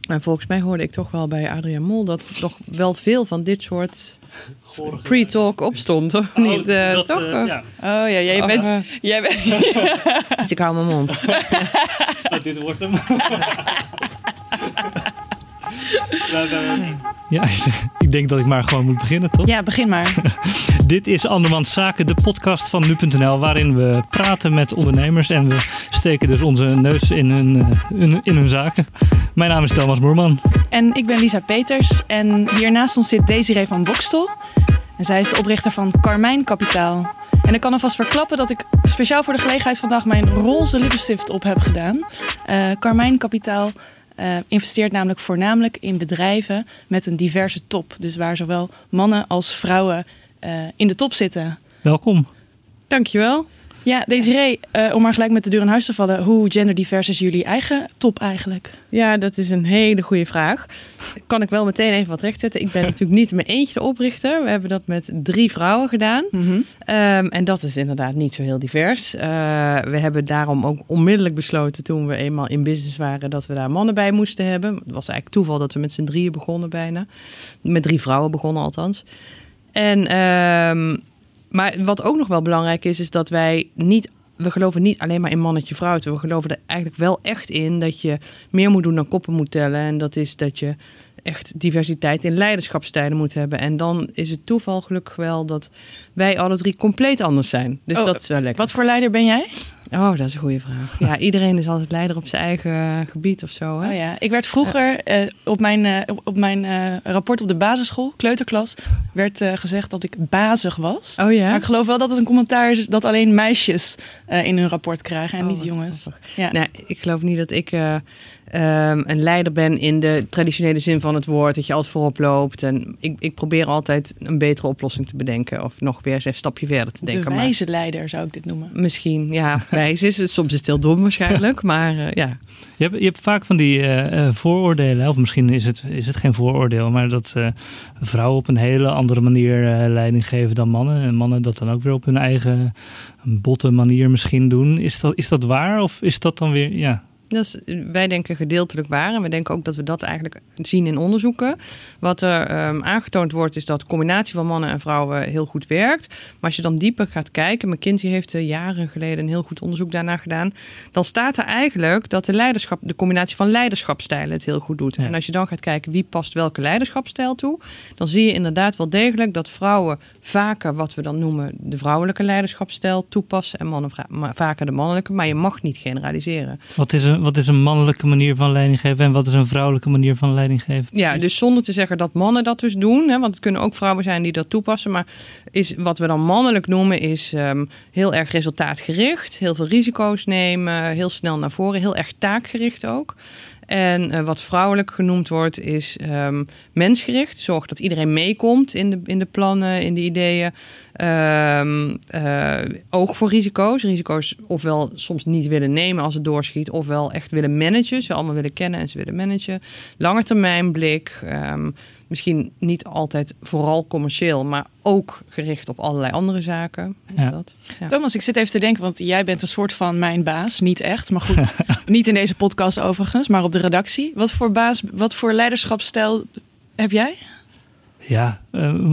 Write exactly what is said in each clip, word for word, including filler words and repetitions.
En volgens mij hoorde ik toch wel bij Adriaan Mol dat er toch wel veel van dit soort pre-talk opstond, of oh, niet? Uh, dat, toch? Uh, ja. Oh ja, jij oh, bent... Uh, jij bent dus ik hou mijn mond. Nou, dit wordt hem. nou, nou, ja, ik denk dat ik maar gewoon moet beginnen, toch? Ja, begin maar. Dit is Andermans Zaken, de podcast van nu punt n l... waarin we praten met ondernemers en we steken dus onze neus in hun, in, in hun zaken. Mijn naam is Thomas Moerman. En ik ben Lisa Peters en hier naast ons zit Desiree van Bokstel. En zij is de oprichter van Carmijn Kapitaal. En ik kan alvast verklappen dat ik speciaal voor de gelegenheid vandaag mijn roze lippenstift op heb gedaan. Uh, Carmijn Kapitaal uh, investeert namelijk voornamelijk in bedrijven met een diverse top. Dus waar zowel mannen als vrouwen uh, in de top zitten. Welkom. Dankjewel. Ja, Desiree, uh, om maar gelijk met de deur in huis te vallen. Hoe genderdivers is jullie eigen top eigenlijk? Ja, dat is een hele goede vraag. Kan ik wel meteen even wat rechtzetten. Ik ben natuurlijk niet mijn eentje de oprichter. We hebben dat met drie vrouwen gedaan. Mm-hmm. Um, en dat is inderdaad niet zo heel divers. Uh, we hebben daarom ook onmiddellijk besloten toen we eenmaal in business waren dat we daar mannen bij moesten hebben. Het was eigenlijk toeval dat we met z'n drieën begonnen bijna. Met drie vrouwen begonnen althans. En... Um, Maar wat ook nog wel belangrijk is, is dat wij niet... We geloven niet alleen maar in mannetje-vrouwtje. We geloven er eigenlijk wel echt in dat je meer moet doen dan koppen moet tellen. En dat is dat je echt diversiteit in leiderschapstijlen moet hebben. En dan is het toeval gelukkig wel dat wij alle drie compleet anders zijn. Dus oh, dat is wel lekker. Wat voor leider ben jij? Oh, dat is een goede vraag. Ja, iedereen is altijd leider op zijn eigen gebied of zo. Hè? Oh ja, ik werd vroeger uh, op mijn, uh, op mijn uh, rapport op de basisschool, kleuterklas, werd uh, gezegd dat ik bazig was. Oh ja? Maar ik geloof wel dat het een commentaar is dat alleen meisjes uh, in hun rapport krijgen en oh, niet jongens. Ja. Nee, ik geloof niet dat ik uh, um, een leider ben in de traditionele zin van het woord. Dat je altijd voorop loopt. En ik, ik probeer altijd een betere oplossing te bedenken. Of nog weer eens een stapje verder te denken. De wijze maar, leider zou ik dit noemen. Misschien, ja. Wijs is het. Soms is het heel dom waarschijnlijk. Maar uh, ja. Je hebt, je hebt vaak van die uh, vooroordelen. Of misschien is het, is het geen vooroordeel. Maar dat uh, vrouwen op een hele andere manier uh, leiding geven dan mannen. En mannen dat dan ook weer op hun eigen botte manier misschien doen. Is dat, is dat waar? Of is dat dan weer... Ja. Dat is, wij denken gedeeltelijk waar. En we denken ook dat we dat eigenlijk zien in onderzoeken. Wat er um, aangetoond wordt is dat de combinatie van mannen en vrouwen heel goed werkt. Maar als je dan dieper gaat kijken... McKinsey heeft uh, jaren geleden een heel goed onderzoek daarna gedaan. Dan staat er eigenlijk dat de, leiderschap, de combinatie van leiderschapstijlen het heel goed doet. Ja. En als je dan gaat kijken wie past welke leiderschapstijl toe... dan zie je inderdaad wel degelijk dat vrouwen vaker wat we dan noemen... de vrouwelijke leiderschapstijl toepassen en mannen vra- vaker de mannelijke. Maar je mag niet generaliseren. Wat is een Wat is een mannelijke manier van leiding geven en wat is een vrouwelijke manier van leiding geven? Ja, dus zonder te zeggen dat mannen dat dus doen, hè, want het kunnen ook vrouwen zijn die dat toepassen, maar is, wat we dan mannelijk noemen is um, heel erg resultaatgericht, heel veel risico's nemen, heel snel naar voren, heel erg taakgericht ook. En uh, wat vrouwelijk genoemd wordt is um, mensgericht. Zorg dat iedereen meekomt in de, in de plannen, in de ideeën. Um, uh, oog voor risico's. Risico's ofwel soms niet willen nemen als het doorschiet... ofwel echt willen managen. Ze allemaal willen kennen en ze willen managen. Langetermijnblik. Um, misschien niet altijd vooral commercieel... maar ook gericht op allerlei andere zaken. Ja. Dat, ja. Thomas, ik zit even te denken... want jij bent een soort van mijn baas. Niet echt, maar goed. Niet in deze podcast overigens, maar op de redactie. Wat voor baas, wat voor leiderschapsstijl heb jij? Ja, uh,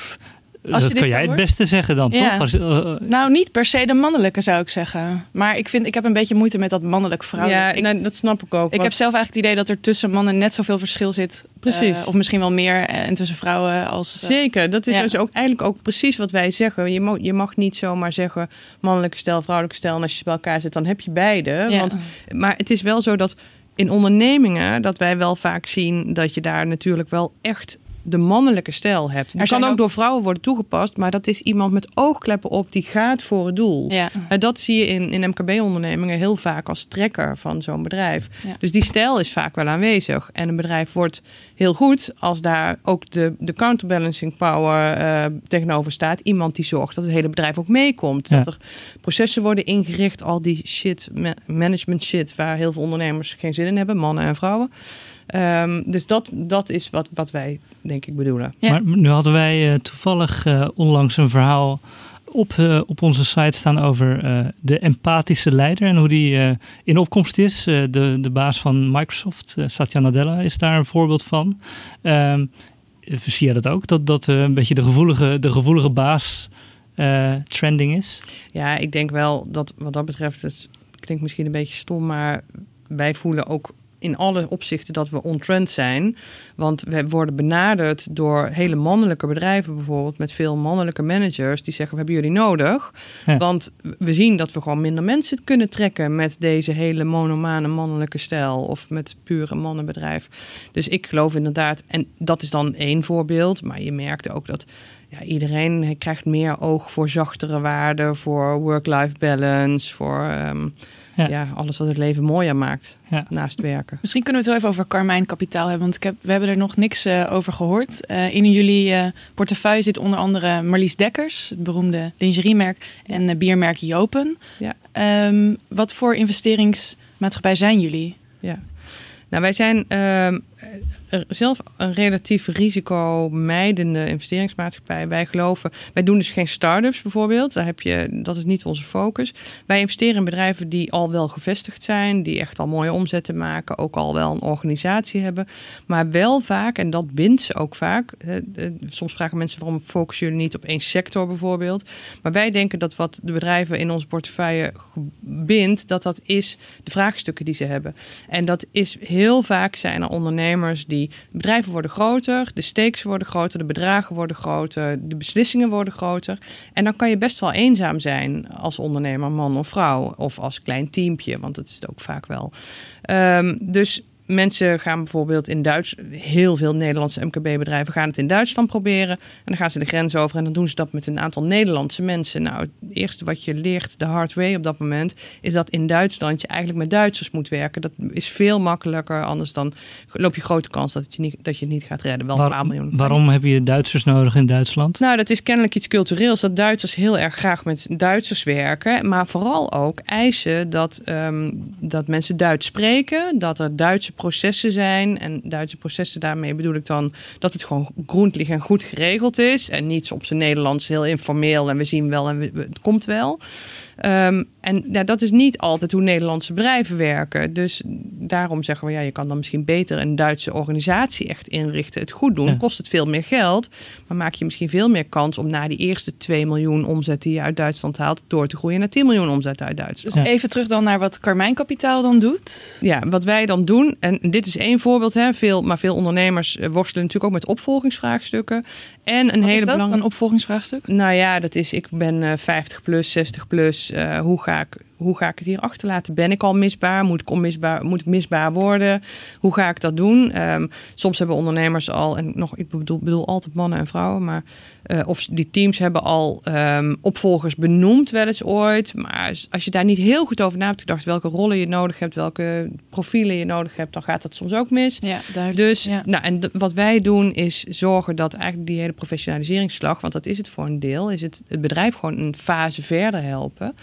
Als dat kan jij het beste zeggen dan, ja. toch? Als, uh, nou, niet per se de mannelijke, zou ik zeggen. Maar ik, vind, ik heb een beetje moeite met dat mannelijk-vrouwelijk. Ja, ik, nou, dat snap ik ook. Ik wat... heb zelf eigenlijk het idee dat er tussen mannen net zoveel verschil zit. Precies. Uh, of misschien wel meer. En tussen vrouwen als... Uh, Zeker. Dat is ja. dus ook eigenlijk ook precies wat wij zeggen. Je mag, je mag niet zomaar zeggen mannelijke stijl, vrouwelijke stijl. En als je ze bij elkaar zet, dan heb je beide. Ja. Want, maar het is wel zo dat in ondernemingen... dat wij wel vaak zien dat je daar natuurlijk wel echt... de mannelijke stijl hebt. Dat kan ook, ook door vrouwen worden toegepast, maar dat is iemand met oogkleppen op die gaat voor het doel. Ja. En dat zie je in, in M K B-ondernemingen heel vaak als trekker van zo'n bedrijf. Ja. Dus die stijl is vaak wel aanwezig. En een bedrijf wordt heel goed als daar ook de, de counterbalancing power uh, tegenover staat. Iemand die zorgt dat het hele bedrijf ook meekomt. Ja. Dat er processen worden ingericht, al die shit, management shit, waar heel veel ondernemers geen zin in hebben, mannen en vrouwen. Um, dus dat, dat is wat, wat wij, denk ik, bedoelen. Ja. Maar nu hadden wij uh, toevallig uh, onlangs een verhaal op, uh, op onze site staan over uh, de empathische leider en hoe die uh, in opkomst is. Uh, de, de baas van Microsoft, uh, Satya Nadella, is daar een voorbeeld van. Uh, zie je dat ook? Dat dat uh, een beetje de gevoelige, de gevoelige baas uh, trending is? Ja, ik denk wel dat wat dat betreft, het klinkt misschien een beetje stom, maar wij voelen ook in alle opzichten dat we on-trend zijn. Want we worden benaderd door hele mannelijke bedrijven bijvoorbeeld, met veel mannelijke managers die zeggen, we hebben jullie nodig. Ja. Want we zien dat we gewoon minder mensen kunnen trekken met deze hele monomane mannelijke stijl of met pure mannenbedrijf. Dus ik geloof inderdaad, en dat is dan één voorbeeld, maar je merkt ook dat ja, iedereen krijgt meer oog voor zachtere waarden, voor work-life balance, voor Um, Ja. ja, alles wat het leven mooier maakt, ja. naast werken. Misschien kunnen we het wel even over Carmijn Kapitaal hebben, want ik heb, we hebben er nog niks uh, over gehoord. Uh, in jullie uh, portefeuille zit onder andere Marlies Dekkers, het beroemde lingeriemerk, en uh, biermerk Jopen. Ja. Um, wat voor investeringsmaatschappij zijn jullie? Ja. Nou, wij zijn uh, zelf een relatief risicomijdende investeringsmaatschappij. Wij geloven, wij doen dus geen start-ups bijvoorbeeld. Daar heb je, dat is niet onze focus. Wij investeren in bedrijven die al wel gevestigd zijn, die echt al mooie omzetten maken, ook al wel een organisatie hebben. Maar wel vaak, en dat bindt ze ook vaak. Uh, uh, soms vragen mensen waarom focussen jullie niet op één sector bijvoorbeeld. Maar wij denken dat wat de bedrijven in onze portefeuille bindt, dat dat is de vraagstukken die ze hebben. En dat is heel vaak zijn er ondernemers die bedrijven worden groter, de stakes worden groter, de bedragen worden groter, de beslissingen worden groter. En dan kan je best wel eenzaam zijn als ondernemer, man of vrouw, of als klein teampje, want dat is het ook vaak wel. Um, dus mensen gaan bijvoorbeeld in Duits, heel veel Nederlandse M K B-bedrijven gaan het in Duitsland proberen. En dan gaan ze de grens over en dan doen ze dat met een aantal Nederlandse mensen. Nou, het eerste wat je leert, de hard way op dat moment, is dat in Duitsland je eigenlijk met Duitsers moet werken. Dat is veel makkelijker, anders dan loop je grote kans dat, het je, niet, dat je het niet gaat redden. Wel Waar, een paar miljoen. Waarom heb je Duitsers nodig in Duitsland? Nou, dat is kennelijk iets cultureels, dat Duitsers heel erg graag met Duitsers werken. Maar vooral ook eisen dat, um, dat mensen Duits spreken, dat er Duitse processen zijn. En Duitse processen, daarmee bedoel ik dan dat het gewoon grondlig en goed geregeld is. En niet op zijn Nederlands heel informeel en we zien wel en we, het komt wel. Um, en ja, dat is niet altijd hoe Nederlandse bedrijven werken. Dus daarom zeggen we, ja, je kan dan misschien beter een Duitse organisatie echt inrichten. Het goed doen, ja. Kost het veel meer geld. Maar maak je misschien veel meer kans om na die eerste twee miljoen omzet die je uit Duitsland haalt, door te groeien naar tien miljoen omzet uit Duitsland. Dus even terug dan naar wat Carmijn Kapitaal dan doet. Ja, wat wij dan doen, en dit is één voorbeeld, hè, veel, maar veel ondernemers worstelen natuurlijk ook met opvolgingsvraagstukken. En een wat hele is dat, belang... een opvolgingsvraagstuk? Nou ja, dat is, ik ben uh, vijftig plus, zestig plus. Uh, hoe ga ik... Hoe ga ik het hier achterlaten? Ben ik al misbaar? Moet ik, onmisbaar, moet ik misbaar worden? Hoe ga ik dat doen? Um, soms hebben ondernemers al, en nog, ik bedoel, bedoel altijd mannen en vrouwen, maar uh, of die teams hebben al um, opvolgers benoemd wel eens ooit. Maar als je daar niet heel goed over na hebt gedacht welke rollen je nodig hebt, welke profielen je nodig hebt, dan gaat dat soms ook mis. Ja, duidelijk. Dus ja. nou, en d- wat wij doen is zorgen dat eigenlijk die hele professionaliseringsslag, want dat is het voor een deel, is het, het bedrijf gewoon een fase verder helpen.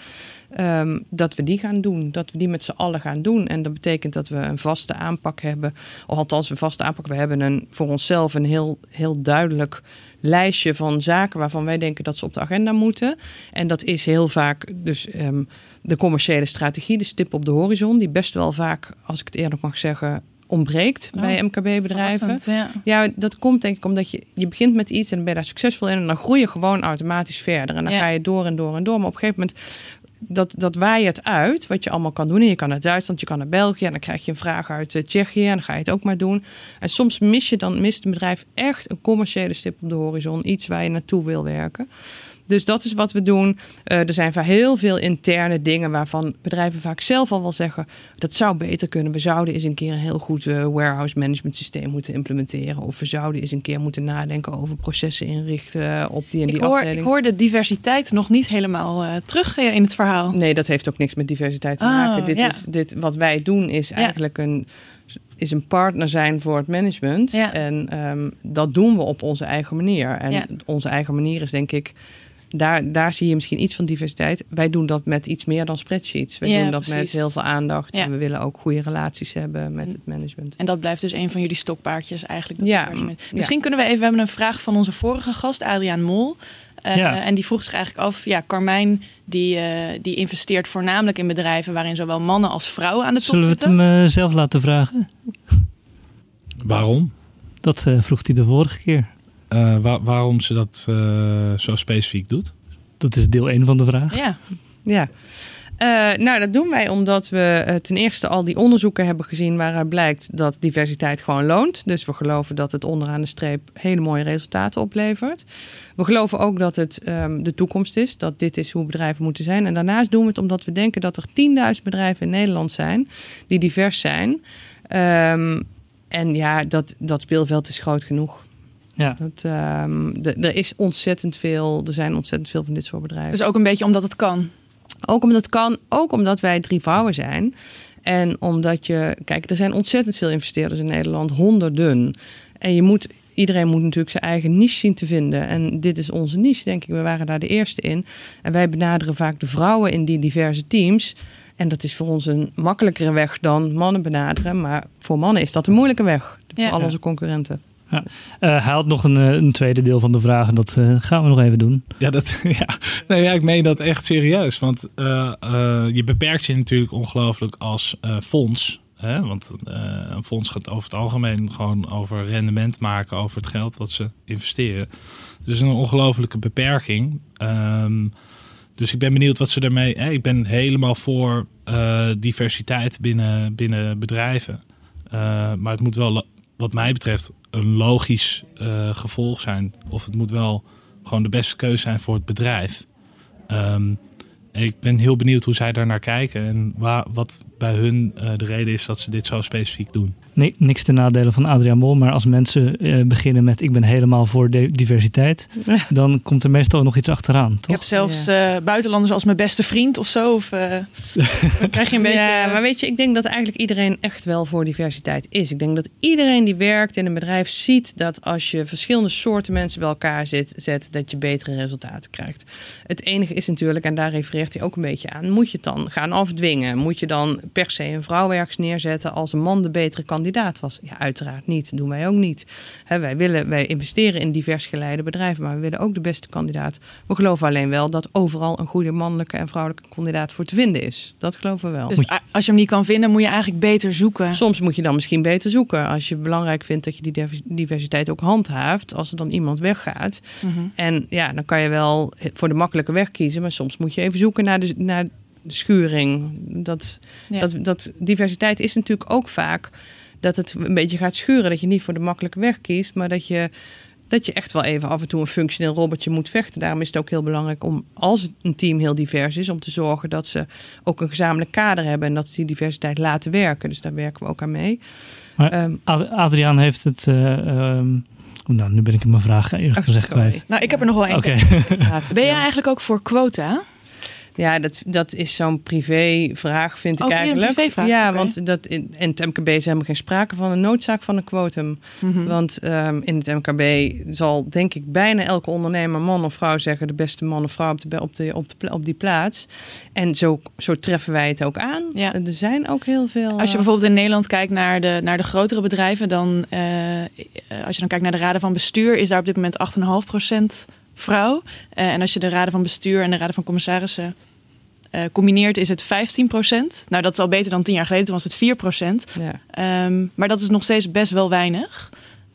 Um, dat we die gaan doen, dat we die met z'n allen gaan doen. En dat betekent dat we een vaste aanpak hebben, of althans een vaste aanpak. We hebben een, voor onszelf een heel, heel duidelijk lijstje van zaken waarvan wij denken dat ze op de agenda moeten. En dat is heel vaak dus um, de commerciële strategie, de stip op de horizon, die best wel vaak, als ik het eerlijk mag zeggen, ontbreekt oh, bij M K B-bedrijven. Ja. ja, dat komt denk ik omdat je, je begint met iets en dan ben je daar succesvol in en dan groei je gewoon automatisch verder. En dan ja. ga je door en door en door. Maar op een gegeven moment Dat, dat waait uit, wat je allemaal kan doen. En je kan naar Duitsland, je kan naar België. En dan krijg je een vraag uit uh, Tsjechië. En dan ga je het ook maar doen. En soms mis je dan, mist een bedrijf echt een commerciële stip op de horizon. Iets waar je naartoe wil werken. Dus dat is wat we doen. Uh, er zijn vaak heel veel interne dingen waarvan bedrijven vaak zelf al wel zeggen, dat zou beter kunnen. We zouden eens een keer een heel goed uh, warehouse management systeem moeten implementeren. Of we zouden eens een keer moeten nadenken over processen inrichten op die en die ik hoor, afdeling. Ik hoor de diversiteit nog niet helemaal uh, terug uh, in het verhaal. Nee, dat heeft ook niks met diversiteit te oh, maken. Dit ja. is, dit, wat wij doen is eigenlijk ja. een, is een partner zijn voor het management. Ja. En um, dat doen we op onze eigen manier. En ja. onze eigen manier is denk ik, Daar, daar zie je misschien iets van diversiteit. Wij doen dat met iets meer dan spreadsheets. We ja, doen dat precies. met heel veel aandacht. Ja. En we willen ook goede relaties hebben met het management. En dat blijft dus een van jullie stokpaardjes eigenlijk. Dat ja, Misschien ja. kunnen we even... We hebben een vraag van onze vorige gast, Adriaan Mol. Uh, Ja. En die vroeg zich eigenlijk af, ja, Carmijn die, uh, die investeert voornamelijk in bedrijven waarin zowel mannen als vrouwen aan de top Zullen we het zitten. hem uh, zelf laten vragen? Waarom? Dat uh, vroeg hij de vorige keer. Uh, wa- waarom ze dat uh, zo specifiek doet? Dat is deel één van de vraag. Ja. Ja. Uh, nou, dat doen wij omdat we uh, ten eerste al die onderzoeken hebben gezien waaruit blijkt dat diversiteit gewoon loont. Dus we geloven dat het onderaan de streep hele mooie resultaten oplevert. We geloven ook dat het um, de toekomst is, dat dit is hoe bedrijven moeten zijn. En daarnaast doen we het omdat we denken dat er tienduizend bedrijven in Nederland zijn die divers zijn. Um, en ja, dat, dat speelveld is groot genoeg. Ja. Dat, um, de, er is ontzettend veel, er zijn ontzettend veel van dit soort bedrijven. Dus ook een beetje omdat het kan. Ook omdat het kan, ook omdat wij drie vrouwen zijn. En omdat je, kijk, er zijn ontzettend veel investeerders in Nederland, honderden. En je moet, iedereen moet natuurlijk zijn eigen niche zien te vinden. En dit is onze niche, denk ik. We waren daar de eerste in. En wij benaderen vaak de vrouwen in die diverse teams. En dat is voor ons een makkelijkere weg dan mannen benaderen. Maar voor mannen is dat een moeilijke weg. Voor Ja. al onze concurrenten. Ja. Uh, hij had nog een, een tweede deel van de vraag en dat uh, gaan we nog even doen. Ja, dat, ja. Nee, ja, ik meen dat echt serieus. Want uh, uh, je beperkt je natuurlijk ongelooflijk als uh, fonds. Hè? Want uh, een fonds gaat over het algemeen gewoon over rendement maken, over het geld wat ze investeren. Dus een ongelofelijke beperking. Um, dus ik ben benieuwd wat ze daarmee... Hè? Ik ben helemaal voor uh, diversiteit binnen, binnen bedrijven. Uh, maar het moet wel, wat mij betreft, een logisch uh, gevolg zijn. Of het moet wel gewoon de beste keuze zijn voor het bedrijf. Um, ik ben heel benieuwd hoe zij daar naar kijken. En waar, wat bij hun uh, de reden is dat ze dit zo specifiek doen. Nee, niks ten nadele van Adriaan Mol. Maar als mensen uh, beginnen met ik ben helemaal voor de diversiteit. Ja. Dan komt er meestal nog iets achteraan, toch? Ik heb zelfs uh, buitenlanders als mijn beste vriend of zo. Of uh, dan krijg je een beetje... Ja, maar weet je, ik denk dat eigenlijk iedereen echt wel voor diversiteit is. Ik denk dat iedereen die werkt in een bedrijf ziet dat als je verschillende soorten mensen bij elkaar zit, zet, dat je betere resultaten krijgt. Het enige is natuurlijk, en daar refereert hij ook een beetje aan, moet je het dan gaan afdwingen? Moet je dan per se een vrouw ergens neerzetten als een man de betere kandidaat was? Ja, uiteraard niet. Dat doen wij ook niet. He, wij, willen, wij investeren in divers geleide bedrijven, maar we willen ook de beste kandidaat. We geloven alleen wel dat overal een goede mannelijke en vrouwelijke kandidaat voor te vinden is. Dat geloven we wel. Dus als je hem niet kan vinden, moet je eigenlijk beter zoeken. Soms moet je dan misschien beter zoeken. Als je belangrijk vindt dat je die diversiteit ook handhaaft. Als er dan iemand weggaat. Mm-hmm. En ja, dan kan je wel voor de makkelijke weg kiezen. Maar soms moet je even zoeken naar de, naar de schuring. Dat, Ja. dat, dat diversiteit is natuurlijk ook vaak dat het een beetje gaat schuren. Dat je niet voor de makkelijke weg kiest. Maar dat je, dat je echt wel even af en toe een functioneel robotje moet vechten. Daarom is het ook heel belangrijk om, als een team heel divers is, om te zorgen dat ze ook een gezamenlijk kader hebben. En dat ze die diversiteit laten werken. Dus daar werken we ook aan mee. Maar Um, Ad- Adriaan heeft het... Uh, um, nou, nu ben ik mijn vraag eerlijk gezegd kwijt. Nou, ik heb er nog wel één. Oké. Ben jij eigenlijk ook voor quota? Ja, dat, dat is zo'n privévraag, vind ik Oh, vind je een eigenlijk. privévraag? Ja, Oké. want dat in, in het M K B is helemaal geen sprake van een noodzaak van een quotum. Mm-hmm. Want um, in het M K B zal, denk ik, bijna elke ondernemer, man of vrouw, zeggen de beste man of vrouw op, de, op, de, op, de, op die plaats. En zo, zo treffen wij het ook aan. Ja. Er zijn ook heel veel... Als je bijvoorbeeld in Nederland kijkt naar de, naar de grotere bedrijven, dan uh, als je dan kijkt naar de raden van bestuur, is daar op dit moment acht komma vijf procent vrouw. Uh, en als je de raden van bestuur en de raden van commissarissen uh, combineert, is het vijftien procent. Nou, dat is al beter dan tien jaar geleden, toen was het vier procent. Ja. Um, maar dat is nog steeds best wel weinig.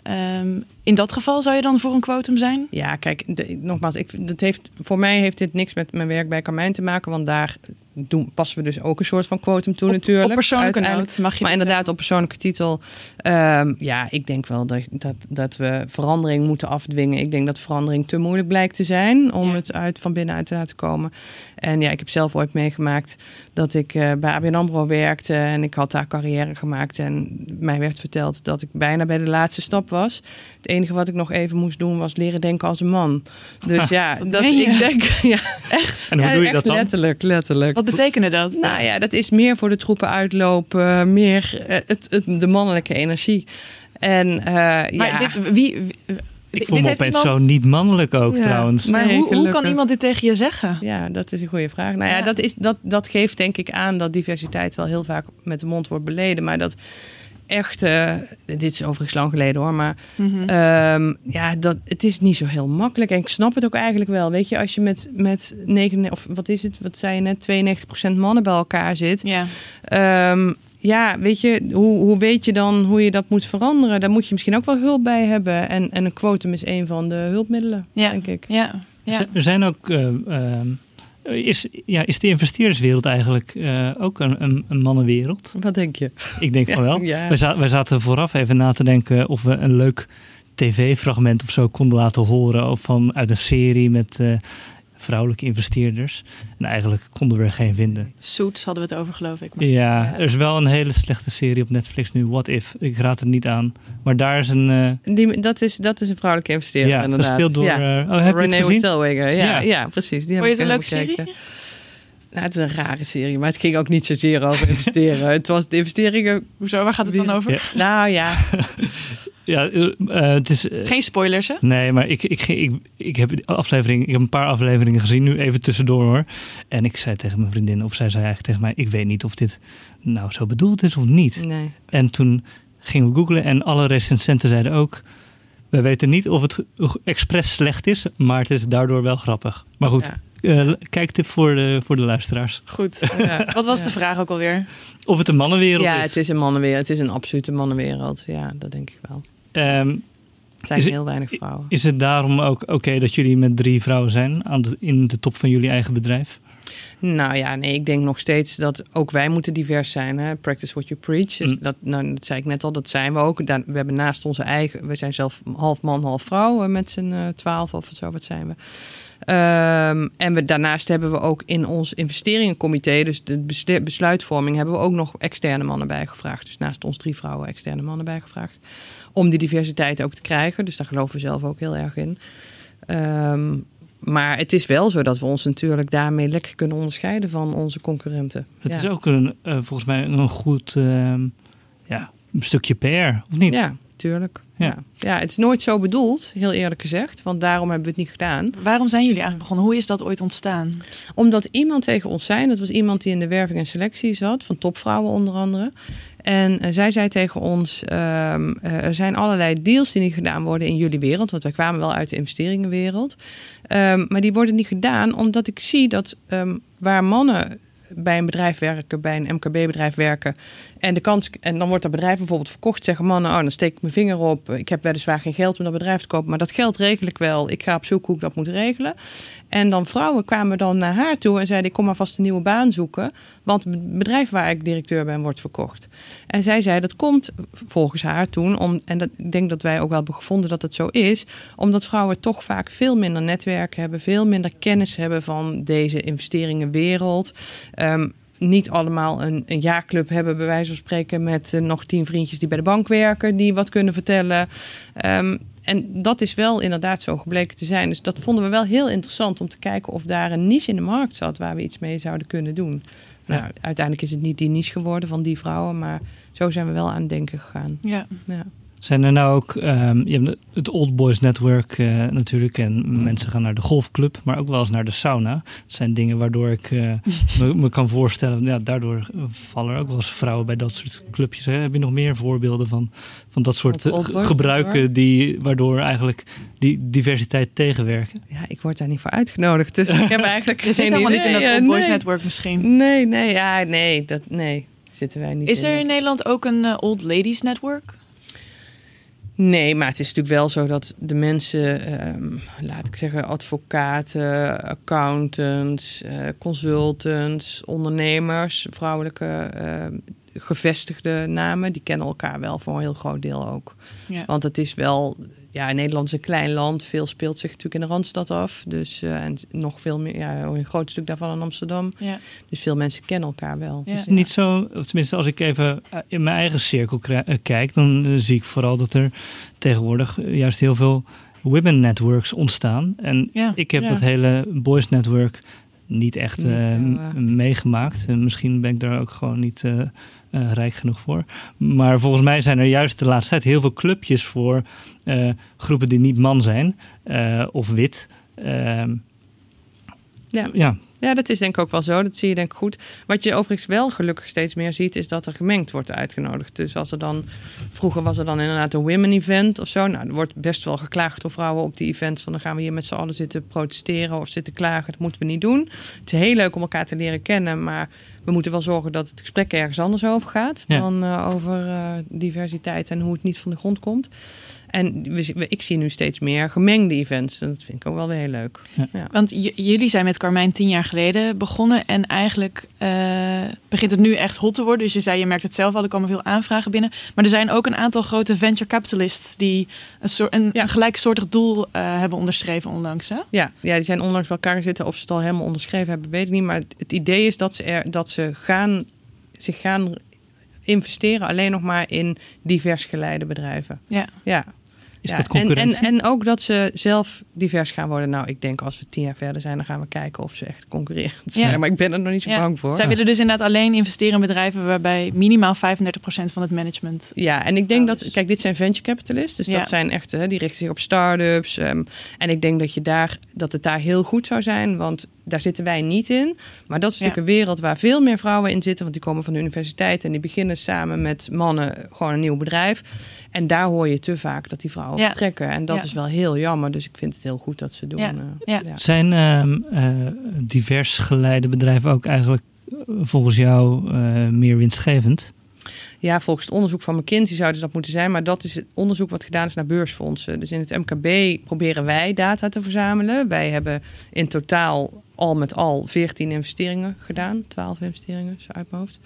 Um, in dat geval zou je dan voor een quotum zijn? Ja, kijk, de, nogmaals, ik, dat heeft, voor mij heeft dit niks met mijn werk bij Carmijn te maken, want daar doen, passen we dus ook een soort van quotum toe op, natuurlijk. Op persoonlijke uiteindelijk. noot mag je Maar dat inderdaad, zeggen. op persoonlijke titel. Um, ja, ik denk wel dat, dat, dat we verandering moeten afdwingen. Ik denk dat verandering te moeilijk blijkt te zijn om Ja. het uit, van binnenuit te laten komen. En ja, ik heb zelf ooit meegemaakt dat ik uh, bij A B N AMRO werkte en ik had daar carrière gemaakt. En mij werd verteld dat ik bijna bij de laatste stap was. Het enige wat ik nog even moest doen was leren denken als een man. Dus ja, dat, meen je? ik denk... Ja, Echt? En hoe ja, doe je echt dat dan? letterlijk, letterlijk. Wat betekende dat? Nou ja, dat is meer voor de troepen uitlopen, meer uh, het, het, de mannelijke energie. En uh, Maar ja, dit, wie, wie, Ik voel me heeft opeens iemand- zo niet mannelijk ook Ja. trouwens. Maar Nee, hoe, hoe kan gelukkig. iemand dit tegen je zeggen? ja, dat is een goede vraag. Nou ja, Ja. Dat, is, dat, dat geeft denk ik aan dat diversiteit wel heel vaak met de mond wordt beleden. Maar dat echt, uh, dit is overigens lang geleden hoor, maar Mm-hmm. um, ja, dat, het is niet zo heel makkelijk. En ik snap het ook eigenlijk wel. Weet je, als je met, met negen, of wat is het, wat zei je net, tweeënnegentig procent mannen bij elkaar zit. Ja. Um, ja, weet je, hoe, hoe weet je dan hoe je dat moet veranderen? Daar moet je misschien ook wel hulp bij hebben. En, en een quotum is een van de hulpmiddelen, Ja. denk ik. Ja. Ja. Er zijn ook... Uh, uh, Is, ja, is de investeerderswereld eigenlijk uh, ook een, een, een mannenwereld? Wat denk je? Ik denk Ja, van wel. ja. Wij, za- wij zaten vooraf even na te denken of we een leuk tv-fragment of zo konden laten horen. Of van uit een serie met uh, vrouwelijke investeerders. En eigenlijk konden we er geen vinden. Suits hadden we het over, geloof ik. Maar... Ja, Ja. er is wel een hele slechte serie op Netflix nu, What If. Ik raad het niet aan. Maar daar is een... Uh, Die, dat, is, dat is een vrouwelijke investeerder, ja, inderdaad. gespeeld door... Ja. Uh, oh, heb je Renee het gezien? Zellweger, ja, Ja. ja. precies. Die Vond je heb het ik een even leuke gekeken. Nou, het is een rare serie, maar het ging ook niet zozeer over investeren. Het was de investeringen... Hoezo, waar gaat het dan over? Ja. Nou ja, Ja, uh, uh, het is... Uh, Geen spoilers, hè? Nee, maar ik, ik, ik, ik, heb aflevering, ik heb een paar afleveringen gezien, nu even tussendoor hoor. En ik zei tegen mijn vriendin, of zij zei eigenlijk tegen mij, ik weet niet of dit nou zo bedoeld is of niet. nee. En toen gingen we googlen en alle recensenten zeiden ook, we weten niet of het expres slecht is, maar het is daardoor wel grappig. Maar goed, Ja. uh, kijktip voor de, voor de luisteraars. Goed. Ja. Wat was Ja. de vraag ook alweer? Of het een mannenwereld Ja, is. het is een mannenwereld. Het is een absolute mannenwereld. Ja, dat denk ik wel. Um, Er zijn Is het- heel weinig vrouwen. is het daarom ook oké okay dat jullie met drie vrouwen zijn aan de, in de top van jullie eigen bedrijf? Nou ja, nee, ik denk nog steeds dat ook wij moeten divers zijn. Hè? Practice what you preach. Dus Mm. dat, nou, dat zei ik net al, dat zijn we ook. Daar, we hebben naast onze eigen... We zijn zelf half man, half vrouw. eh, Met z'n uh, twaalf of zo, wat zijn we. Um, en we, daarnaast hebben we ook in ons investeringencomité... dus de beslu- besluitvorming... hebben we ook nog externe mannen bijgevraagd. Dus naast ons drie vrouwen externe mannen bijgevraagd. Om die diversiteit ook te krijgen. Dus daar geloven we zelf ook heel erg in. Um, Maar het is wel zo dat we ons natuurlijk daarmee lekker kunnen onderscheiden van onze concurrenten. Het ja. is ook een, uh, volgens mij een goed uh, ja, een stukje P R, of niet? Ja, tuurlijk. Ja. Ja. Ja, het is nooit zo bedoeld, heel eerlijk gezegd. Want daarom hebben we het niet gedaan. Waarom zijn jullie eigenlijk begonnen? Hoe is dat ooit ontstaan? Omdat iemand tegen ons zei, dat was iemand die in de werving en selectie zat, van topvrouwen onder andere. En uh, zij zei tegen ons, um, uh, er zijn allerlei deals die niet gedaan worden in jullie wereld. Want wij kwamen wel uit de investeringenwereld. Um, maar die worden niet gedaan omdat ik zie dat um, waar mannen bij een bedrijf werken, bij een M K B-bedrijf werken. En de kans, en dan wordt dat bedrijf bijvoorbeeld verkocht. Zeggen mannen, oh, dan steek ik mijn vinger op. Ik heb weliswaar geen geld om dat bedrijf te kopen, maar dat geld regel ik wel. Ik ga op zoek hoe ik dat moet regelen. En dan vrouwen kwamen dan naar haar toe en zeiden, ik kom maar vast een nieuwe baan zoeken. Want het bedrijf waar ik directeur ben, wordt verkocht. En zij zei, dat komt volgens haar toen, om, en dat, ik denk dat wij ook wel hebben gevonden dat het zo is, omdat vrouwen toch vaak veel minder netwerk hebben, veel minder kennis hebben van deze investeringenwereld. Um, niet allemaal een, een jaarclub hebben, bij wijze van spreken, met uh, nog tien vriendjes die bij de bank werken, die wat kunnen vertellen. Um, en dat is wel inderdaad zo gebleken te zijn. Dus dat vonden we wel heel interessant om te kijken of daar een niche in de markt zat waar we iets mee zouden kunnen doen. Nou, Ja. uiteindelijk is het niet die niche geworden van die vrouwen, maar zo zijn we wel aan het denken gegaan. Ja. Ja. Zijn er nou ook, um, je hebt het Old Boys Network uh, natuurlijk en mensen gaan naar de golfclub, maar ook wel eens naar de sauna. Dat zijn dingen waardoor ik uh, me, me kan voorstellen, ja, daardoor vallen er ook wel eens vrouwen bij dat soort clubjes. Hè? Heb je nog meer voorbeelden van, van dat soort Wat uh, Old Boys gebruiken Network? die, waardoor eigenlijk die diversiteit tegenwerken? Ja, ik word daar niet voor uitgenodigd, dus ik heb eigenlijk Je zit geen helemaal niet in dat idee. Old Boys nee. Network misschien. Nee, nee, ja, nee, dat, nee, zitten wij niet Is in. er in Nederland ook een uh, Old Ladies Network? Nee, maar het is natuurlijk wel zo dat de mensen, um, laat ik zeggen, advocaten, accountants, uh, consultants, ondernemers, vrouwelijke uh, gevestigde namen, die kennen elkaar wel voor een heel groot deel ook. Ja. Want het is wel, ja, Nederland is een klein land, veel speelt zich natuurlijk in de Randstad af. Dus uh, en nog veel meer, ja, een groot stuk daarvan in Amsterdam. Ja. Dus veel mensen kennen elkaar wel. Ja. Is het niet zo, of tenminste als ik even in mijn eigen cirkel kri- uh, kijk, dan uh, zie ik vooral dat er tegenwoordig uh, juist heel veel women networks ontstaan. En Ja. ik heb Ja. dat hele boys network niet echt Niet, uh, uh, m- meegemaakt. En misschien ben ik daar ook gewoon niet uh, uh, rijk genoeg voor. Maar volgens mij zijn er juist de laatste tijd heel veel clubjes voor uh, groepen die niet man zijn uh, of wit. Uh, Ja. ja. Ja, dat is denk ik ook wel zo. Dat zie je denk ik goed. Wat je overigens wel gelukkig steeds meer ziet, is dat er gemengd wordt uitgenodigd. Dus als er dan, vroeger was er dan inderdaad een women event of zo. Nou, er wordt best wel geklaagd door vrouwen op die events. Van dan gaan we hier met z'n allen zitten protesteren of zitten klagen. Dat moeten we niet doen. Het is heel leuk om elkaar te leren kennen, maar we moeten wel zorgen dat het gesprek ergens anders over gaat ja. dan uh, over uh, diversiteit en hoe het niet van de grond komt. En we, ik zie nu steeds meer gemengde events. En dat vind ik ook wel weer heel leuk. Ja. Ja. Want j- jullie zijn met Carmijn tien jaar geleden begonnen. En eigenlijk uh, begint het nu echt hot te worden. Dus je zei, je merkt het zelf al, er komen veel aanvragen binnen. Maar er zijn ook een aantal grote venture capitalists die een, soort, een, ja. een gelijksoortig doel uh, hebben onderschreven onlangs. Hè? Ja, ja, die zijn onlangs bij elkaar zitten. Of ze het al helemaal onderschreven hebben, weet ik niet. Maar het, het idee is dat ze, er, dat ze gaan, zich gaan investeren alleen nog maar in divers geleide bedrijven. Ja. Ja. Is ja, dat concurrentie? En, en, en ook dat ze zelf divers gaan worden. Nou, ik denk als we tien jaar verder zijn, dan gaan we kijken of ze echt concurrerend zijn. Ja. Maar ik ben er nog niet zo ja. bang voor. Zij ja. willen dus inderdaad alleen investeren in bedrijven waarbij minimaal vijfendertig procent van het management. Ja, en ik denk dat, kijk, dit zijn venture capitalists. Dus ja. dat zijn echt, die richten zich op start-ups. Um, en ik denk dat je daar, dat het daar heel goed zou zijn, want daar zitten wij niet in. Maar dat is natuurlijk ja. een wereld waar veel meer vrouwen in zitten, want die komen van de universiteit en die beginnen samen met mannen gewoon een nieuw bedrijf. En daar hoor je te vaak dat die vrouwen ja. trekken. En dat ja. is wel heel jammer. Dus ik vind het heel goed dat ze doen. Ja. Uh, ja. Ja. Zijn uh, uh, divers geleide bedrijven ook eigenlijk volgens jou uh, meer winstgevend? Ja, volgens het onderzoek van McKinsey zouden ze dat moeten zijn. Maar dat is het onderzoek wat gedaan is naar beursfondsen. Dus in het M K B proberen wij data te verzamelen. Wij hebben in totaal al met al veertien investeringen gedaan. twaalf investeringen, zo uit mijn hoofd.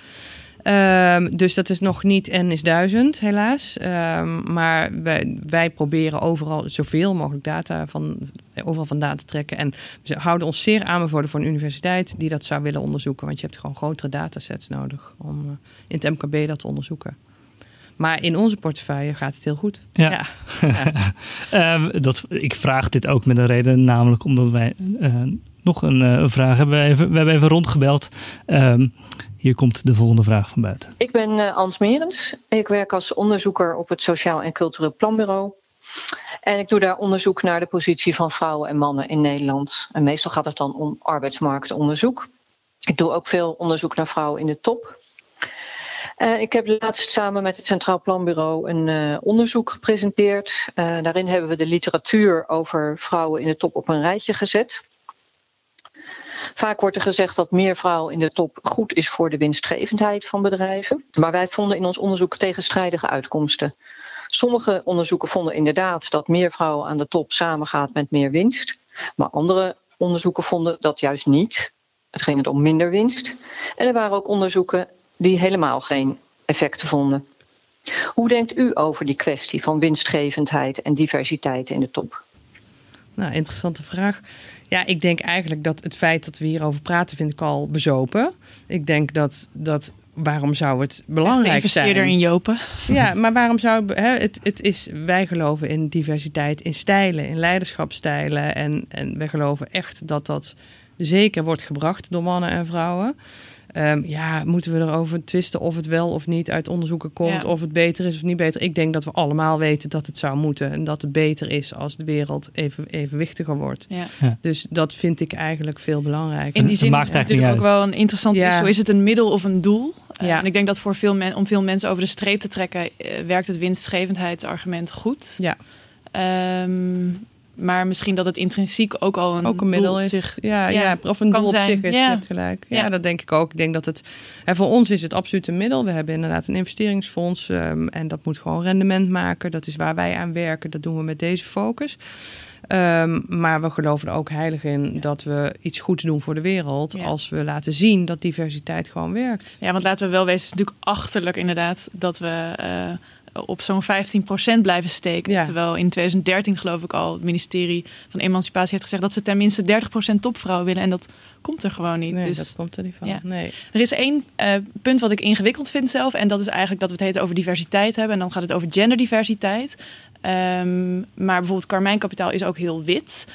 Um, dus dat is nog niet N is duizend, helaas. Um, maar wij, wij proberen overal zoveel mogelijk data van, overal vandaan te trekken. En we houden ons zeer aanbevolen voor een universiteit die dat zou willen onderzoeken. Want je hebt gewoon grotere datasets nodig om uh, in het M K B dat te onderzoeken. Maar in onze portefeuille gaat het heel goed. Ja. ja. ja. um, dat, ik vraag dit ook met een reden, namelijk omdat wij uh, nog een uh, vraag hebben. We, even, we hebben even rondgebeld. Um, Hier komt de volgende vraag van buiten. Ik ben uh, Ans Merens. Ik werk als onderzoeker op het Sociaal en Cultureel Planbureau. En ik doe daar onderzoek naar de positie van vrouwen en mannen in Nederland. En meestal gaat het dan om arbeidsmarktonderzoek. Ik doe ook veel onderzoek naar vrouwen in de top. Uh, ik heb laatst samen met het Centraal Planbureau een uh, onderzoek gepresenteerd. Uh, daarin hebben we de literatuur over vrouwen in de top op een rijtje gezet. Vaak wordt er gezegd dat meer vrouwen in de top goed is voor de winstgevendheid van bedrijven. Maar wij vonden in ons onderzoek tegenstrijdige uitkomsten. Sommige onderzoeken vonden inderdaad dat meer vrouwen aan de top samengaat met meer winst. Maar andere onderzoeken vonden dat juist niet. Het ging het om minder winst. En er waren ook onderzoeken die helemaal geen effecten vonden. Hoe denkt u over die kwestie van winstgevendheid en diversiteit in de top? Nou, interessante vraag. Ja, ik denk eigenlijk dat het feit dat we hierover praten, vind ik al bezopen. Ik denk dat, dat waarom zou het belangrijk zijn? Investeerder in Jopen. Ja, maar waarom zou hè, het, het is, wij geloven in diversiteit, in stijlen, in leiderschapsstijlen. En, en wij geloven echt dat dat zeker wordt gebracht door mannen en vrouwen. Um, ja, moeten we erover twisten of het wel of niet uit onderzoeken komt, ja. of het beter is of niet beter. Ik denk dat we allemaal weten dat het zou moeten en dat het beter is als de wereld even evenwichtiger wordt. Ja. Ja. Dus dat vind ik eigenlijk veel belangrijker. In die zin is het natuurlijk ook wel een interessant ja. issue. Is het een middel of een doel? Ja. Uh, en ik denk dat voor veel men, om veel mensen over de streep te trekken, uh, werkt het winstgevendheidsargument goed. Ja. Um, Maar misschien dat het intrinsiek ook al een, ook een middel doel is. Zich, ja, ja, ja, of een doel op zijn. zich is. Ja. Net gelijk. Ja, ja, dat denk ik ook. Ik denk dat het. En voor ons is het absoluut een middel. We hebben inderdaad een investeringsfonds. Um, en dat moet gewoon rendement maken. Dat is waar wij aan werken. Dat doen we met deze focus. Um, maar we geloven er ook heilig in ja. dat we iets goeds doen voor de wereld. Ja. Als we laten zien dat diversiteit gewoon werkt. Ja, want laten we wel wezen, het is natuurlijk achterlijk inderdaad dat we Uh, op zo'n vijftien procent blijven steken. Ja. Terwijl in twintig dertien geloof ik al het ministerie van Emancipatie heeft gezegd dat ze tenminste dertig procent topvrouwen willen. En dat komt er gewoon niet. Nee, dus, dat komt er niet van. Ja. Nee. Er is één uh, punt wat ik ingewikkeld vind zelf. En dat is eigenlijk dat we het heet over diversiteit hebben. En dan gaat het over genderdiversiteit. Um, maar bijvoorbeeld Carmijn Kapitaal is ook heel wit.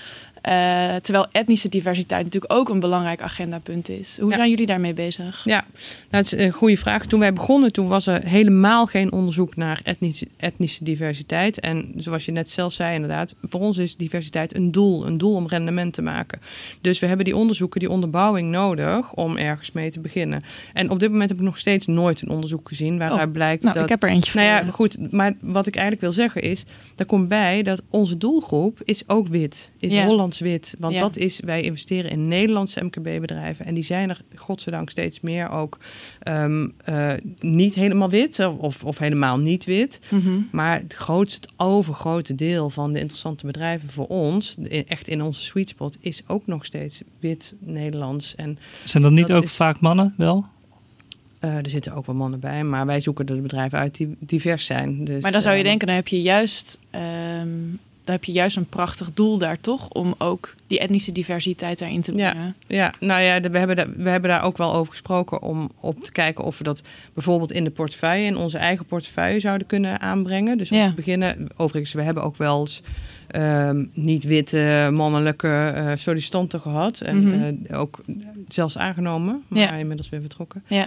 Uh, terwijl etnische diversiteit natuurlijk ook een belangrijk agendapunt is. Hoe ja. zijn jullie daarmee bezig? Ja, nou, het is een goede vraag. Toen wij begonnen, toen was er helemaal geen onderzoek naar etnische, etnische diversiteit. En zoals je net zelf zei inderdaad, voor ons is diversiteit een doel. Een doel om rendement te maken. Dus we hebben die onderzoeken, die onderbouwing nodig om ergens mee te beginnen. En op dit moment heb ik nog steeds nooit een onderzoek gezien waaruit oh, blijkt nou, dat... ik heb er eentje nou voor. ja, goed. Maar wat ik eigenlijk wil zeggen is, daar komt bij dat onze doelgroep is ook wit. Is ja. Hollands wit. Want ja. dat is, wij investeren in Nederlandse M K B-bedrijven. En die zijn er, godzijdank, steeds meer ook um, uh, niet helemaal wit. Of, of helemaal niet wit. Mm-hmm. Maar het grootste, het overgrote deel van de interessante bedrijven voor ons, echt in onze sweet spot, is ook nog steeds wit Nederlands. En zijn dat niet dat ook is, vaak mannen wel? Uh, er zitten ook wel mannen bij, maar wij zoeken er de bedrijven uit die divers zijn. Dus, maar dan zou je um, denken, dan heb je juist... Um, dan heb je juist een prachtig doel daar, toch? Om ook die etnische diversiteit daarin te brengen. Ja, ja nou ja, de, we, hebben daar, we hebben daar ook wel over gesproken om op te kijken of we dat bijvoorbeeld in de portefeuille, in onze eigen portefeuille zouden kunnen aanbrengen. Dus om ja. te beginnen, overigens, we hebben ook wel eens um, niet-witte mannelijke uh, sollicitanten gehad. En mm-hmm. uh, ook zelfs aangenomen, maar ja. inmiddels weer vertrokken. Ja.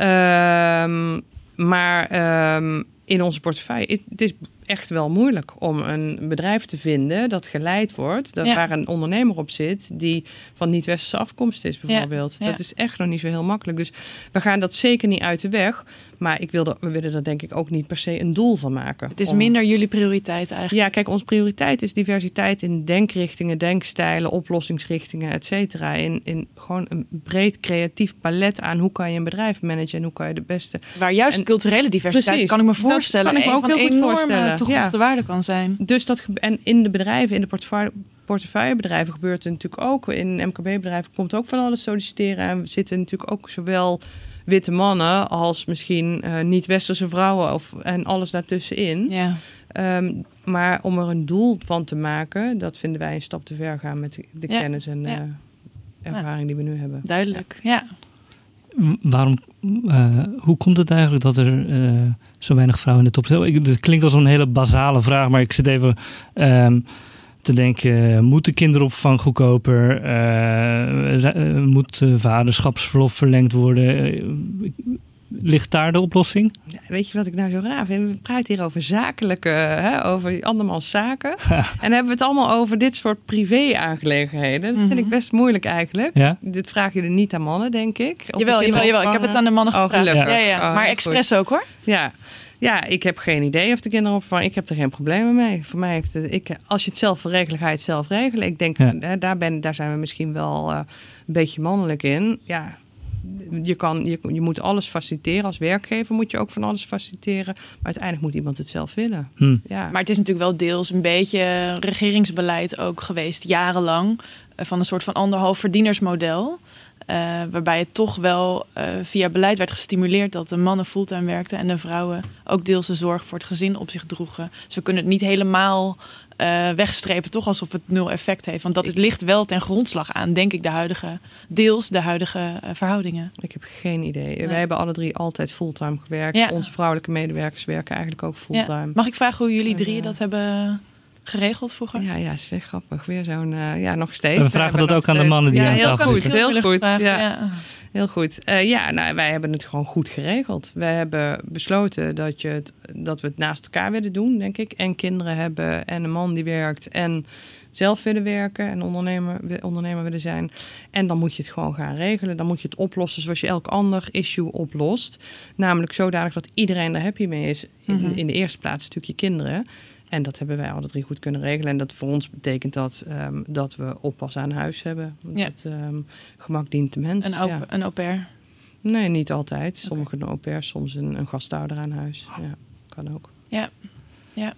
Um, maar um, in onze portefeuille, het, het is echt wel moeilijk om een bedrijf te vinden dat geleid wordt, dat ja. waar een ondernemer op zit die van niet-westerse afkomst is bijvoorbeeld. Ja. Ja. Dat is echt nog niet zo heel makkelijk. Dus we gaan dat zeker niet uit de weg. Maar ik wilde, we willen er denk ik ook niet per se een doel van maken. Het is om... minder jullie prioriteit eigenlijk. Ja, kijk, onze prioriteit is diversiteit in denkrichtingen, denkstijlen, oplossingsrichtingen, et cetera. In, in gewoon een breed creatief palet aan hoe kan je een bedrijf managen en hoe kan je de beste... Waar juist en, culturele diversiteit, precies, kan ik me voorstellen, kan ik me ook een heel van goed voorstellen. toegevoegde ja. waarde kan zijn. Dus dat, en in de bedrijven, in de portefeuille, portefeuillebedrijven gebeurt het natuurlijk ook. In M K B-bedrijven komt ook van alles solliciteren. En we zitten natuurlijk ook zowel witte mannen als misschien uh, niet-westerse vrouwen of, en alles daartussenin. Ja. Um, maar om er een doel van te maken, dat vinden wij een stap te ver gaan met de ja. kennis en ja. uh, ervaring ja. die we nu hebben. Duidelijk, ja. Waarom, uh, hoe komt het eigenlijk dat er uh, zo weinig vrouwen in de top zitten? Het klinkt als een hele basale vraag, maar ik zit even um, te denken, moet de kinderopvang goedkoper? Uh, uh, moet uh, vaderschapsverlof verlengd worden? Uh, ligt daar de oplossing? Ja, weet je wat ik nou zo raar vind? We praten hier over zakelijke, hè, over andermans zaken. En dan hebben we het allemaal over dit soort privé-aangelegenheden. Dat mm-hmm. vind ik best moeilijk eigenlijk. Ja? Dit vragen jullie niet aan mannen, denk ik. Jawel, jawel, jawel. Ik heb het aan de mannen gevraagd. Oh, ja, ja, ja. Oh, maar expres goed. Ook, hoor. Ja. Ja, ik heb geen idee of de kinderopvang. Ik heb er geen problemen mee. Voor mij heeft het, ik, als je het zelf wil regelen, ga je het zelf regelen. Ik denk, ja. hè, daar, ben, daar zijn we misschien wel uh, een beetje mannelijk in. Ja. Je, kan, je, je moet alles faciliteren. Als werkgever moet je ook van alles faciliteren. Maar uiteindelijk moet iemand het zelf willen. Hm. Ja. Maar het is natuurlijk wel deels een beetje regeringsbeleid ook geweest. Jarenlang. Van een soort van anderhalf verdienersmodel. Uh, waarbij het toch wel uh, via beleid werd gestimuleerd dat de mannen fulltime werkten en de vrouwen ook deels de zorg voor het gezin op zich droegen. Dus we kunnen het niet helemaal uh, wegstrepen, toch alsof het nul effect heeft. Want dat het ligt wel ten grondslag aan, denk ik, de huidige, deels de huidige uh, verhoudingen. Ik heb geen idee. Nee. Wij hebben alle drie altijd fulltime gewerkt. Ja. Onze vrouwelijke medewerkers werken eigenlijk ook fulltime. Ja. Mag ik vragen hoe jullie drieën dat hebben geregeld vroeger? Ja, ja, is echt grappig. Weer zo'n, uh, ja, nog steeds. We vragen dat ook steeds. Aan de mannen die ja, aan heel tafel goed, zitten. heel goed. Vraag, ja. ja. Heel goed. Uh, ja, nou, wij hebben het gewoon goed geregeld. Wij hebben besloten dat, je het, dat we het naast elkaar willen doen, denk ik. En kinderen hebben en een man die werkt en zelf willen werken en ondernemer, ondernemer willen zijn. En dan moet je het gewoon gaan regelen. Dan moet je het oplossen zoals je elk ander issue oplost. Namelijk zodanig dat iedereen er happy mee is. In, mm-hmm. in de eerste plaats natuurlijk je kinderen. En dat hebben wij alle drie goed kunnen regelen. En dat voor ons betekent dat um, dat we oppas aan huis hebben. Ja. Het um, gemak dient de mens. Een, au- ja. een au pair? Nee, niet altijd. Sommige okay. een au pair, soms een, een gasthouder aan huis. Ja, kan ook. Ja, ja.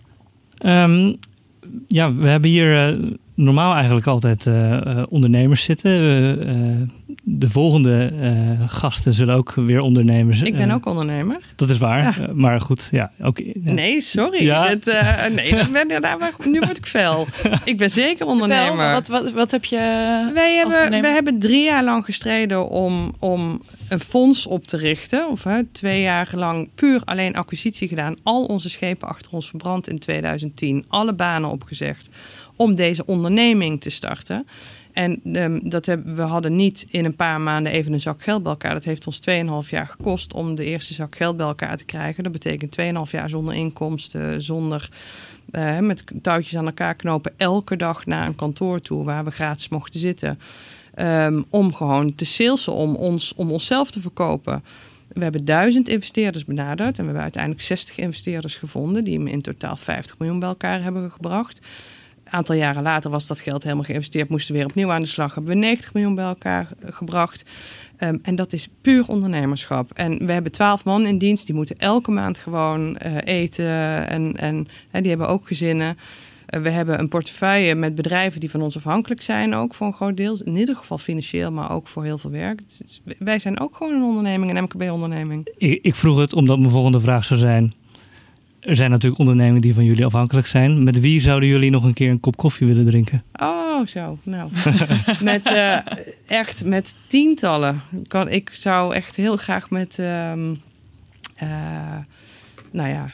Um, ja, we hebben hier uh, normaal eigenlijk altijd uh, uh, ondernemers zitten. Uh, uh, de volgende uh, gasten zullen ook weer ondernemers. Ik ben uh, ook ondernemer. Dat is waar. Ja. Uh, maar goed, ja. Ook, ja. Nee, sorry. Ja. Het, uh, nee, dan ben, daar, nu word ik fel. Ik ben zeker ondernemer. Vertel, wat, wat, wat heb je Wij als hebben, wij ondernemer? hebben drie jaar lang gestreden om, om een fonds op te richten. Of hè, twee jaar lang puur alleen acquisitie gedaan. Al onze schepen achter ons verbrand in tweeduizend tien. Alle banen opgezegd om deze onderneming te starten. En um, dat hebben, we hadden niet in een paar maanden even een zak geld bij elkaar. Dat heeft ons twee en een half jaar gekost om de eerste zak geld bij elkaar te krijgen. Dat betekent twee en een half jaar zonder inkomsten, zonder uh, met touwtjes aan elkaar knopen. Elke dag naar een kantoor toe waar we gratis mochten zitten. Um, om gewoon te salesen, om, ons, om onszelf te verkopen. We hebben duizend investeerders benaderd. En we hebben uiteindelijk zestig investeerders gevonden die in totaal vijftig miljoen bij elkaar hebben gebracht. Een aantal jaren later was dat geld helemaal geïnvesteerd. Moesten we weer opnieuw aan de slag. Hebben we negentig miljoen bij elkaar gebracht. Um, en dat is puur ondernemerschap. En we hebben twaalf man in dienst. Die moeten elke maand gewoon uh, eten. En, en uh, die hebben ook gezinnen. Uh, we hebben een portefeuille met bedrijven die van ons afhankelijk zijn. Ook voor een groot deel. In ieder geval financieel, maar ook voor heel veel werk. Dus wij zijn ook gewoon een onderneming. Een M K B-onderneming. Ik, ik vroeg het omdat mijn volgende vraag zou zijn. Er zijn natuurlijk ondernemingen die van jullie afhankelijk zijn. Met wie zouden jullie nog een keer een kop koffie willen drinken? Oh, zo. Nou, met uh, echt met tientallen. Kan, ik zou echt heel graag met, um, uh, nou ja,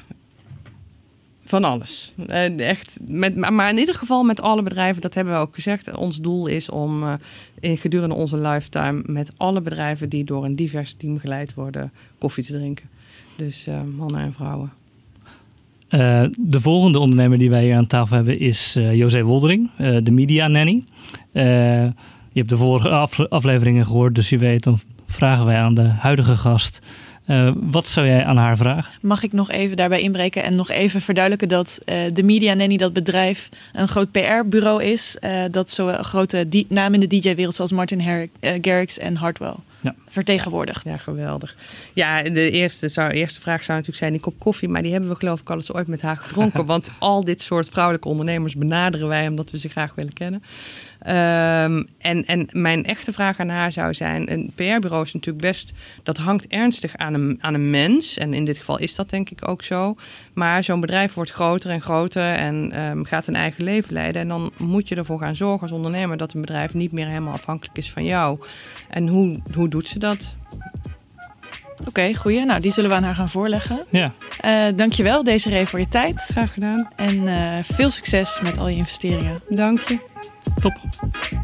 van alles. Uh, echt met, maar in ieder geval met alle bedrijven. Dat hebben we ook gezegd. Ons doel is om uh, in gedurende onze lifetime met alle bedrijven die door een divers team geleid worden, koffie te drinken. Dus uh, mannen en vrouwen. Uh, de volgende ondernemer die wij hier aan tafel hebben is uh, José Woldering, uh, de Media Nanny. Uh, je hebt de vorige af- afleveringen gehoord, dus je weet, dan vragen wij aan de huidige gast. Uh, wat zou jij aan haar vragen? Mag ik nog even daarbij inbreken en nog even verduidelijken dat uh, de Media Nanny, dat bedrijf, een groot P R-bureau is. Uh, dat zo'n grote di- naam in de D J-wereld zoals Martin Her- uh, Garrix en Hartwell ja. vertegenwoordigt. Ja, geweldig. Ja, de eerste, zou, eerste vraag zou natuurlijk zijn die kop koffie. Maar die hebben we geloof ik al eens ooit met haar gedronken. Want al dit soort vrouwelijke ondernemers benaderen wij omdat we ze graag willen kennen. Um, en, en mijn echte vraag aan haar zou zijn, een P R-bureau is natuurlijk best, dat hangt ernstig aan een, aan een mens. En in dit geval is dat denk ik ook zo. Maar zo'n bedrijf wordt groter en groter en um, gaat een eigen leven leiden. En dan moet je ervoor gaan zorgen als ondernemer dat een bedrijf niet meer helemaal afhankelijk is van jou. En hoe, hoe doet ze dat? Oké, okay, goeie. Nou, die zullen we aan haar gaan voorleggen. Ja. Uh, dankjewel, Desiree, voor je tijd. Graag gedaan. En uh, veel succes met al je investeringen. Dank je. Top.